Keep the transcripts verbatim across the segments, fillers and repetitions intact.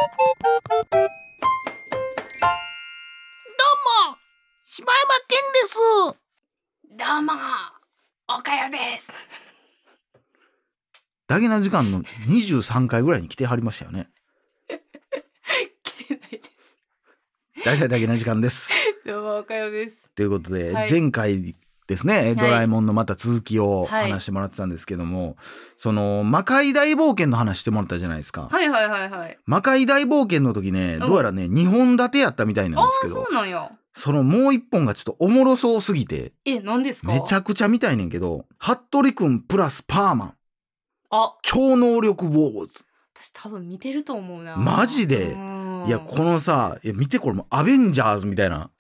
も柴山健です。 どうもおかよです。 ダゲな時間のにじゅうさんかいぐらいに来てはりましたよね。 来てないです。 ダゲダゲな時間です。 どうもおかよです。 ということで、 はい前回ですね、 はいドラえもんのまた続きをはい話してもらってたんですけども、その魔界大冒険の話してもらったじゃないですか。 はいはいはいはい。 魔界大冒険の時ね、どうやらねにほん立てやったみたいなんああですけど、 そうなんや。 そのもういっぽんがちょっとおもろそうすぎてえ、何ですか？ めちゃくちゃ見たいねんけど、服部くんプラスパーマンあ、 超能力ウォーズ。 私多分見てると思うな。 マジで？ うんいやこのさ、いや見てこれもうアベンジャーズみたいな。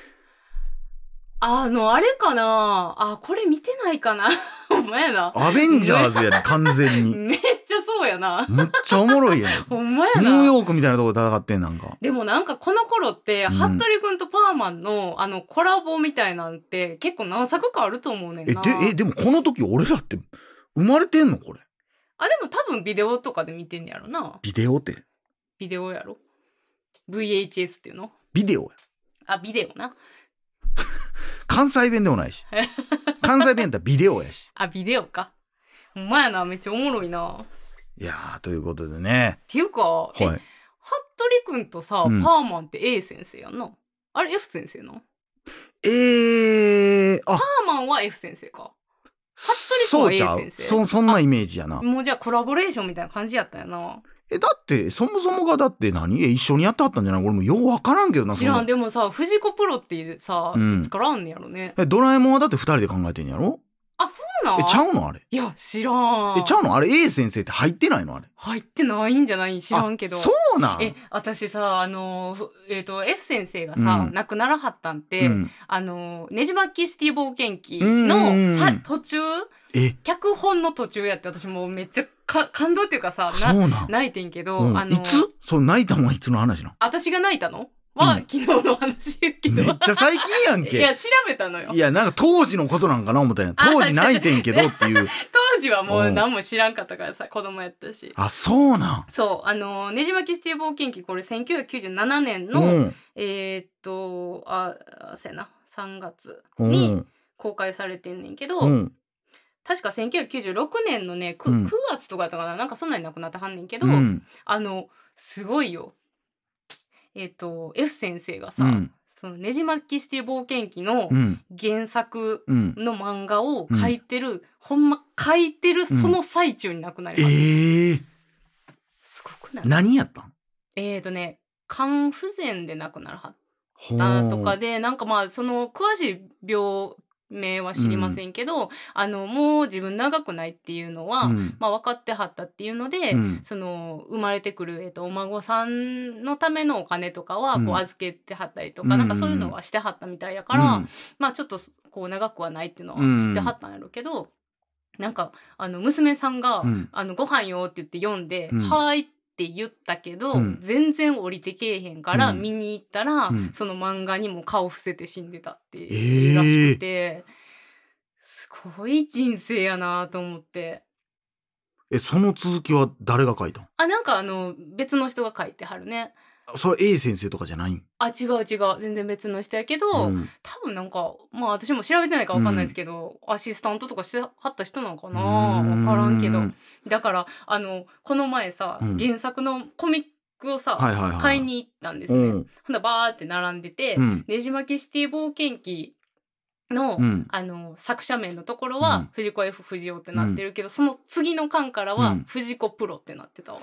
あのあれかなあ、これ見てないかなほんまやな。 アベンジャーズやな完全に。 めっちゃそうやな。 むっちゃおもろいやん。 ほんまやニューな。 ヨークみたいなとこで戦ってんなんか。 でもなんかこの頃って、 うん服部くんとパーマンのあのコラボみたいなんて結構何作かあると思うねんな。 えでえでもこの時俺らって生まれてんのこれ？ あ、でも多分ビデオとかで見てんやろな。 ビデオって？ ビデオやろ ブイエイチエス っていうの？ ビデオや。 あ、ビデオな。 関西弁でもないし。関西弁やったらビデオやし。 あ、ビデオか。ほんまやな、めっちゃおもろいな。 いやーということでね。 っていうか、 はい。 え、服部くんとさ、 うんパーマンって A 先生やんな。あれ F 先生な。 えー、あパーマンは F 先生か。服部くんはそう A ちゃう。 先生。 そそんなイメージやな。 もうじゃあコラボレーションみたいな感じやったんやな。 えだってそもそもがだって何え一緒にやってはったんじゃない？俺もようわからんけどな。 知らん。 そのでもさ、藤子プロってさ、 うんいつからあんねやろね。 えドラえもんはだってふたりで考えてんやろ？ あ、そうなん？ えちゃうのあれ？ いや、知らん。 えちゃうのあれ A 先生って入ってないのあれ？ 入ってないんじゃない？知らんけど。 あそうなん？ え、私さ、あのふえっ、と F 先生がさ、 うん亡くならはったんて、 うん、 あのねじ巻きシティ冒険記うんうんうんのさ途中、 え脚本の途中やって、私もうめっちゃか感動っていうかさ、 そなうなん？ 泣いてんけど、 うんあのいつそう泣いたのはいつの話なの？ 私が泣いたのは、 うん昨日の話やけど。 めっちゃ最近やんけ。 いや、調べたのよ。 いやなんか当時のことなんかな思ったんや。 あ当時泣いてんけどっていう。 当時はもう何も知らんかったからさ、子供やったし。 あそうなん。 そう、あのねじ巻きシティ冒険記、これせんきゅうひゃくきゅうじゅうななねんの、 うんえーっとあそうやなさんがつうにん公開されてんねんけど、 うん確かせんきゅうひゃくきゅうじゅうろくねんのね 9, うん 9月とかやったかな、なんかそんなに亡くなってはんねんけど、 うんあのすごいよ。えーっと F 先生がさ、 うんそのねじ巻きシティ冒険記のうん原作うんの漫画を書いてる、ほんま書いてるその最中に亡くなりました。 えー、 すごくない？ 何やったん？ えーとね肝不全で亡くなるはっほたーとかで、なんかまあその詳しい病名は知りませんけど、あのもう自分長くないっていうのは、 うんまあ、分かってはったっていうので、 うんその生まれてくる、えー、とお孫さんのためのお金とかはうんこう預けてはったりとか、 うんなんかそういうのはしてはったみたいやから、 うんまあちょっとこう長くはないっていうのは知ってはったんやろうけど、なんかあの娘さんが、 うんあのご飯よって言って読んで、 うんはーいって言ったけど、 うん全然降りてけえへんから、 うん見に行ったら、 うんその漫画にも顔伏せて死んでたってえーいうらしくて、すごい人生やなと思って。 えその続きは誰が書いたん？ あ、なんかあの別の人が書いてはるね。 それ A 先生とかじゃないん？ あ、違う違う、全然別の人やけど、 うん多分なんかまあ私も調べてないから分かんないですけど、アシスタントとかしてはった人なのかな、分からんけど。だからあのこの前さ、 うん原作のコミックをさ、 はいはいはい買いに行ったんですね。 うんほんだバーって並んでて、 うんねじ巻きシティ冒険記の、 うんあの作者名のところは、 うん藤子 F 不二雄ってなってるけど、その次の巻からは、 うん藤子プロってなってたわ。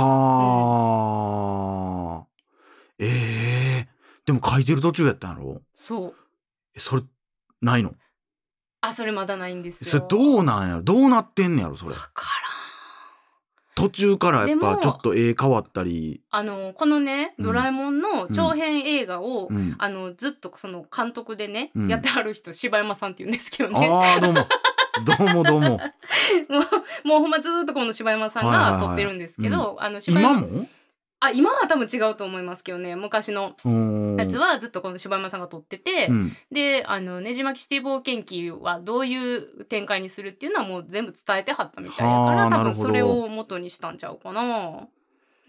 はあ、えー、でも書いてる途中やったんやろ？ そう。 えそれないの？ あ、それまだないんですよ。 それどうなんやろ？どうなってんねやろそれ？ わからん。 途中からやっでもぱちょっと絵変わったり。 あのこのね、 うんドラえもんの長編映画を、 うんあのずっとその監督でね、 うんやってはる人柴山さんって言うんですけどね。 ああどうもどうもどうも。 もうもうほんまずっとこの柴山さんはいはいはいが撮ってるんですけど、あの柴山今も？ あ今は多分違うと思いますけどね、昔のやつはずっとこの柴山さんが撮ってて、 うん、 であのねじ巻きシティ冒険記はどういう展開にするっていうのはもう全部伝えてはったみたいやから、多分はあなるほどそれを元にしたんちゃうかな。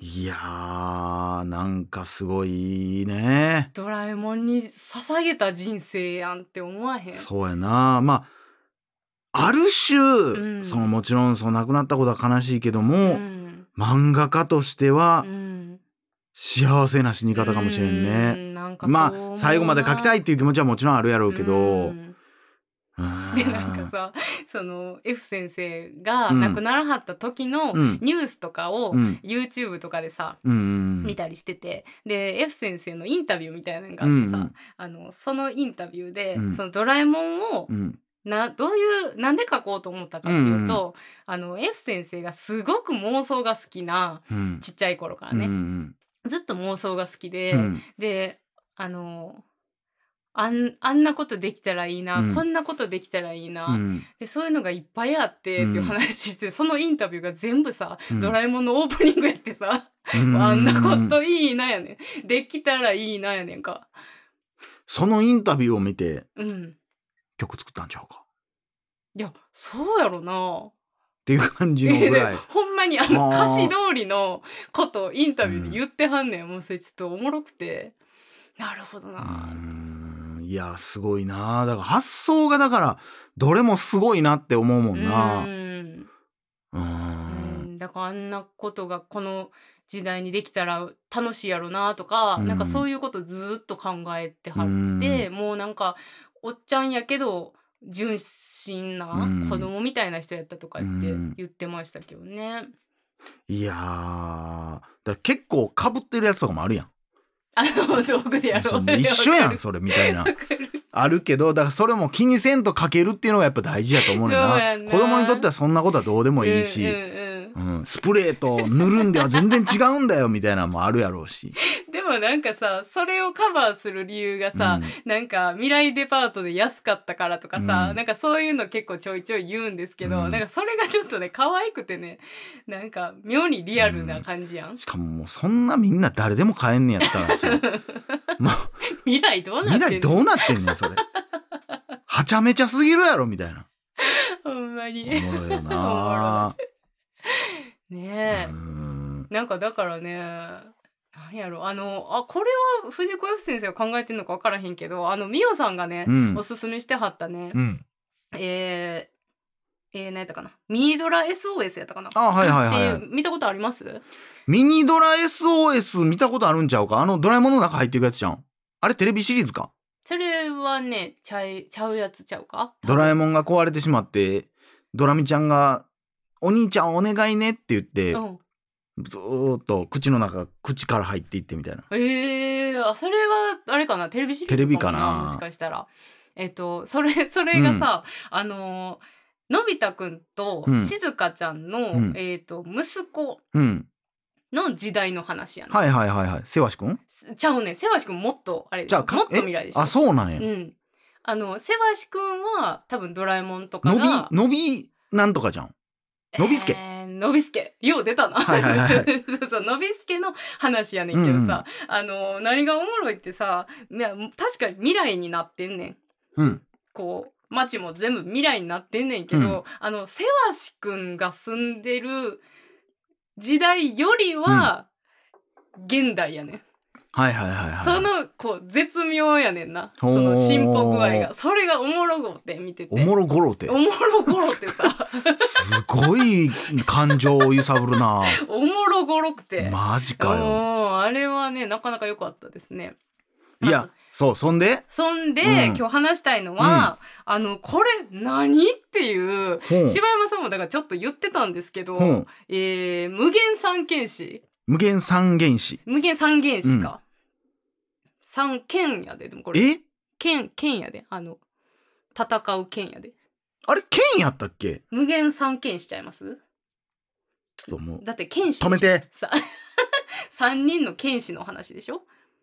いやーなんかすごいね。 ドラえもんに捧げた人生やんって思わへん？ そうやな。まあある種、 うんそのもちろんその亡くなったことは悲しいけどうも、 ん漫画家としてはうん幸せな死に方かもしれんうね。 んなんかまそう思うなあ最後まで描きたいっていう気持ちはもちろんあるやろうけど、 うんうーんでなんかさその F 先生がうん亡くならはった時のうんニュースとかをうん YouTube とかでさうんうん見たりしてて、で F 先生のインタビューみたいなのがあってさ、 うんうんあのそのインタビューで、 うんそのドラえもんをうんなどういうなんで書こうと思ったかっていうと、あの F 先生がすごく妄想が好きなうんちっちゃい頃からうんうね、 んずっと妄想が好きで、 うんであのあんあんなことできたらいいな、 うんこんなことできたらいいな、 うんでそういうのがいっぱいあってっていう話して、そのインタビューが全部さ、 うんドラえもんのオープニングやってさ、 うんあんなこといいなやねん、できたらいいなやねんか。 そのインタビューを見てうん曲作ったんちゃうかいやそうやろな。 っていう感じのぐらいほんまにあのはあ歌詞通りのことをインタビューで言ってはんねん、もうそれちょっとおもろくて、なるほどうーな。 んいやすごいな。だから発想がだからどれもすごいなって思うもんな。 うんうーうんんだからあんなことがこの時代にできたら楽しいやろなとか、 うんなんかそういうことずっと考えてはうんって、もうなんかおっちゃんやけど純真なうん子供みたいな人やったとか言ってうん言ってましたけどね。 いやーだから結構かぶってるやつとかもあるやん。 あの道具でやろそう一緒やんわそれみたいなかるあるけど、だからそれも気にせんと書けるっていうのがやっぱ大事やと思うねんな。 そうやんな子供にとってはそんなことはどうでもいいし、 うんうんうんうん、スプレーと塗るんでは全然違うんだよみたいなのもあるやろうし。 でもなんかさそれをカバーする理由がさ、 うんなんか未来デパートで安かったからとかさ、 うんなんかそういうの結構ちょいちょい言うんですけど、 うんなんかそれがちょっとね可愛くてね、なんか妙にリアルな感じやん、 しかももうそんなみんな誰でも買えんねやったらさもう未来どうなってんの。 未来どうなってんねんそれ。はちゃめちゃすぎるやろみたいな。 ほんまにおもろいよな。 ねえ、 うんなんかだからねなんやろあのあこれは藤子 F 先生が考えてんのか分からへんけど、あのミオさんがね、 うんおすすめしてはったね、 うんえー、えー、何やったかな、ミニドラ エスオーエス やったかな。 あはいはいはいはいっていう見たことあります？ ミニドラ エスオーエス 見たことあるんちゃうか。あのドラえもんの中入ってるやつじゃん。あれテレビシリーズか。 それはねちゃいちゃうやつちゃうか。 ドラえももんが壊れてしまってドラミちゃんが「お兄ちゃんお願いね」って言って、 うん、 ずーっと口の中口から入っていってみたいな。 えー、あそれはあれかな、テレビシリーズテレビかなもしかしたらえっとそれそれがさ、あのーのび太くんとうんしずかちゃんの、 うんえっと息子うんの時代の話やね、 はいはいはいはい。せわしくんちゃうね、せわしくんもっとあれでしじゃあかょ、もっと未来でしょ。 あそうなんや。 うんあのせわしくんは多分ドラえもんとかのがびのびなんとかじゃん。のびすけえーのびすけよう出たな、 はいはいはいはそうそうのびすけの話やねんけどさ、あの何がおもろいってさ、いや確かに未来になってんねん、 うんこう街も全部未来になってんねんけど、 うんあのせわしくんが住んでる時代よりは現代やねん、 はいはいはいはい。 そのこう絶妙やねんな、そほーの進歩具合が、それがおもろごって見てて、 おもろごろておもろごろってさすごい感情を揺さぶるな。 おもろごろくて、 マジかよ。 うんあれはねなかなか良かったですね。 いやそうそんでそんで、 うん今日話したいのは、あのこれ何っていう、 ほん柴山さんもだからちょっと言ってたんですけど、 ほんえー無限三原子無限三原子。 無限三原子か、三剣やで、でもこれえ剣剣やで、あの戦う剣やで、 あれ剣やったっけ。 無限三剣しちゃいます？ ちょっともうだって剣士でしょ止めて。 さ三人の剣士の話でしょ。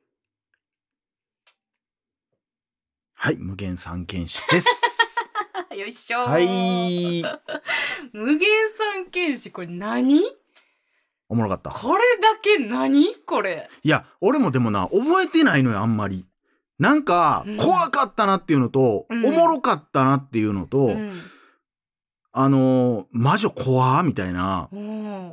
はい無限三原子です。 よいしょー、 はい無限三剣士これ何？ おもろかった。 これだけ何これ。 いや俺もでもな覚えてないのよあんまり。なんかうん怖かったなっていうのと、 うんおもろかったなっていうのと、 うん、 あのー魔女怖みたいな。 おー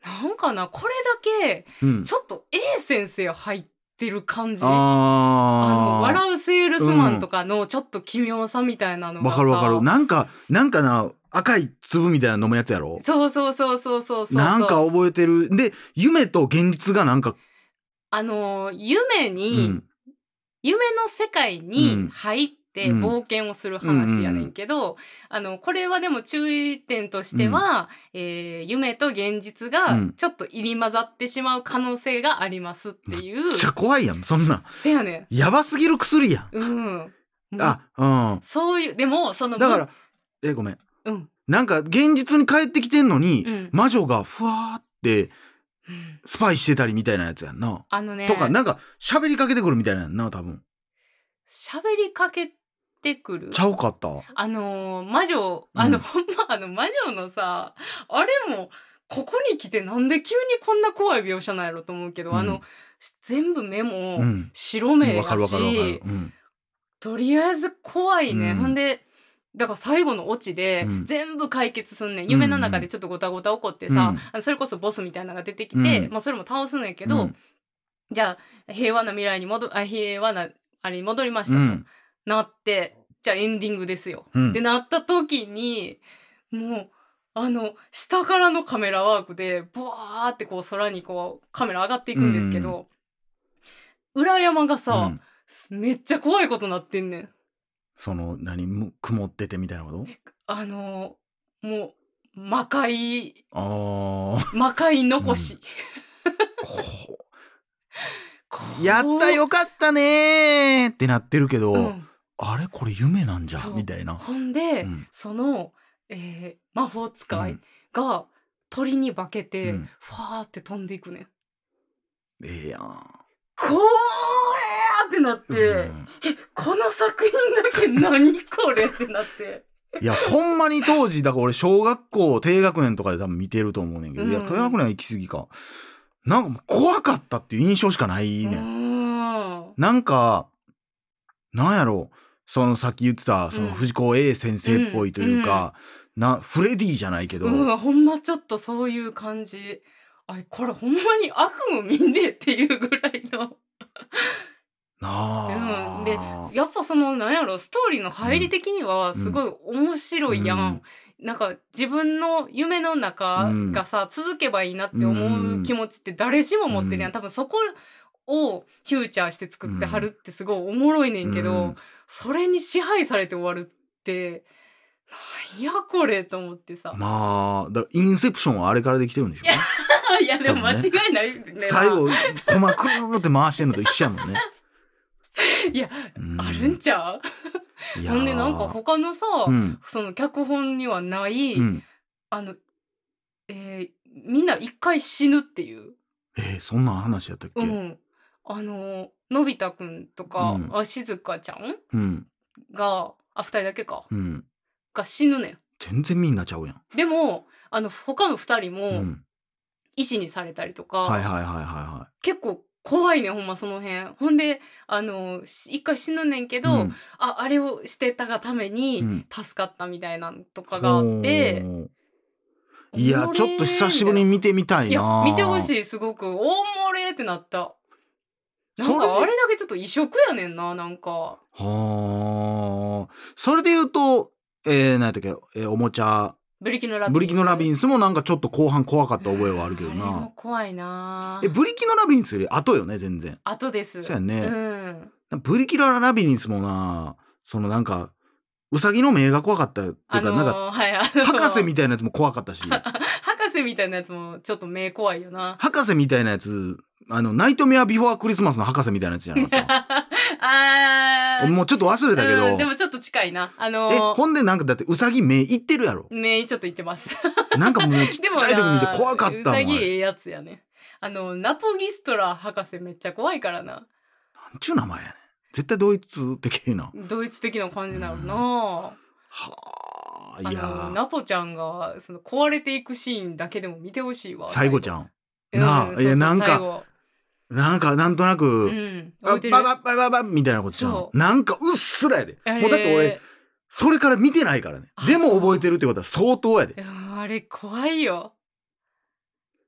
なんかな、これだけうんちょっと A 先生入ってる感じ。ああのー笑うセールスマンとかのちょっと奇妙さみたいなのがさ、 わかるわかる。なんかなんかな赤い粒みたいな飲むやつやろ。 そうそうそうそうそうそう、 なんか覚えてる。で夢と現実がなんかあの夢うに、 ん夢の世界に入ってうん冒険をする話やねんけど、あのこれはでも注意点としては、えー夢と現実うがんちょっと入り混ざってしまう可能性がありますっていう。 めっちゃ怖いやんそんなせやねやばすぎる薬やん。 ん。うん。 あうんそういうでもそのだからえごめんうんなんか現実に帰ってきてんのに、 うん魔女がふわーってうんスパイしてたりみたいなやつやんな。 あのね、 とかなんか喋りかけてくるみたいなんやんな多分。 喋りかけてくる。 ちゃうかったあのー魔女あの、 うんほんまあの魔女のさあれもここに来てなんで急にこんな怖い描写なんやろと思うけど、 うんあの全部目うもん白目やわかるわかるわかるし、 うんとりあえず怖いね、 うんほんでだから最後のオチでうん全部解決すんねん、夢の中でちょっとごたごた起こってさ、 うんあのそれこそボスみたいなのが出てきて、 うんまあ、それも倒すねんけど、 うんじゃあ平和な未来に戻あ平和なあれに戻りましたと、 うんなってじゃあエンディングですよ、 うんってなった時にもうあの下からのカメラワークでボワーってこう空にこうカメラ上がっていくんですけど、裏山がさ、 うんめっちゃ怖いことなってんねん。 その何む曇っててみたいなことあのもう魔界あー魔界残し、 ここうやったよかったねーってなってるけど、 うんあれこれ夢なんじゃそうみたいな。 ほんで、 うんその、えー魔法使いうんが鳥に化けて、 うんファーって飛んでいくねん。 ええやん。 こーってなって、 うんこの作品だけ何これってなっていやほんまに当時だから俺小学校低学年とかで多分見てると思うねんけど、 うんいや低学年は行き過ぎかなんかもう怖かったっていう印象しかないね、、 うんんなんかなんやろそのさっき言ってたそのうん藤子 A 先生っぽいというか、なフレディじゃないけど、 うん、ほんまちょっとそういう感じ。あれこれほんまに悪夢見んでっていうぐらいのなあ、 うんでやっぱそのなんやろストーリーの入り的にはすごい面白いやん、 うんなんか自分の夢の中がさ、続けばいいなって思う気持ちって誰しも持ってるやん、 うん多分そこをフューチャーして作ってはるってすごいおもろいねんけど、 うんそれに支配されて終わるってなんやこれと思ってさ、 まあだインセプションはあれからできてるんでしょうねいやでも間違いないねんな最後コマクルーって回してんのと一緒やもんねいや、 うんあるんちゃういやーほんでなんか他のさ、 うんその脚本にはない、 うんあの、えーみんな一回死ぬっていう、 えー、そんな話やったっけ、 うん、あののび太くんとか、 うんあしずかちゃんうんがあふたりだけか、 うん、 が死ぬね全然みんなちゃうやん。 ん。でもあの他のふたりうもん、 医師にされたりとか、 はいはいはいはいは結構怖いねんほんまその辺。ほんであのし一回死ぬねんけい。 ど、 うんああれをしてたがためうにん助かったみたいなんとかがあって、 ほういやおもれーちょっと久しぶりに見てみたいいやな。 見てほい。 しいすごくおもれーってなった。なんそれかあれだけちょっと異色やねんななんか。 はあ。それで言うと、えー、何やったっけ、えーおもちゃブリキのラビンス。 ブリキのラビンスもなんかちょっと後半怖かった覚えはあるけどあれもな。 怖いな。 えブリキのラビンスより後よね全然。 後です。 そうやねうん。 ブリキのラビンスもな、そのなんかウサギの目が怖かったっていうか、 あのー、 なんかはいあのー博士みたいなやつも怖かったし。 博士みたいなやつもちょっと目怖いよな。 博士みたいなやつ、あのナイトメアビフォークリスマスの博士みたいなやつじゃなかったあーもうちょっと忘れたけど、 うんでもちょっと近いな。あのえー、 ほんでなんかだってウサギ目いってるやろ。 目ちょっと言ってます。 なんかもうちっちでもゃい時見て怖かったもん。 うさぎあれええやつやね。あのナポギストラ博士めっちゃ怖いからな。 なんちゅう名前やねん。絶対ドイツ的な。 ドイツ的な感じなのな。 はあ、いあのやナポちゃんがその壊れていくシーンだけでも見てほしいわ。 最後ちゃん。 うんなあそうそういやなんか最後なんかなんとなく、 うん、 あ覚えてるバババババみたいなことじゃんそ。 なんかうっすらやで。 あれもうだって俺それから見てないからねあ。 でも覚えてるってことは相当やで。 いやあれ怖いよ。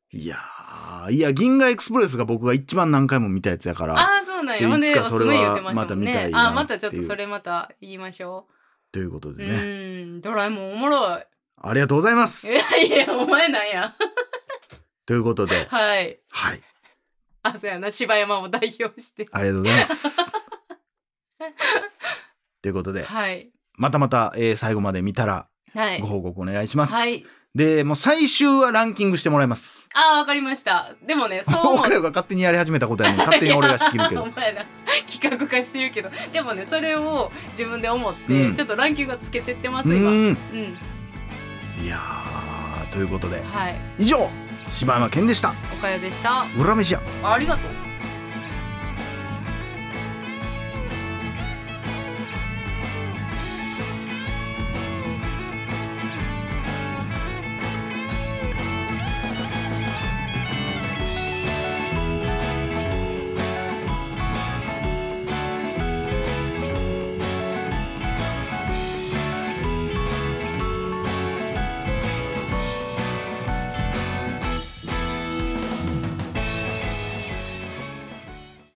いやー、いや銀河エクスプレスが僕が一番何回も見たやつやから。 ああそうなんや。ほんでいつかそれはおすすめ言ってましたもんね。 また見たいなっていうあーまたちょっとそれまた言いましょということう。 でね、 うーんドラえもんおもろい。 ありがとうございますいやいやお前なんや。 ということではい。 はいあそうやな柴山を代表して。 ありがとうございますということではいまたまた、えー最後まで見たらはいご報告お願いします、 はい。 でもう最終はランキングしてもらいます。 あーわかりました。でもねそう思う。 岡山が勝手にやり始めたことやねん勝手に俺が仕切るけいやどお前ら企画化してるけどでもねそれを自分で思って、 うんちょっとランキングがつけてってますう今。うん。 んいやーということではい。 以上柴山健でした。 おかよでした。 裏飯屋ありがとう。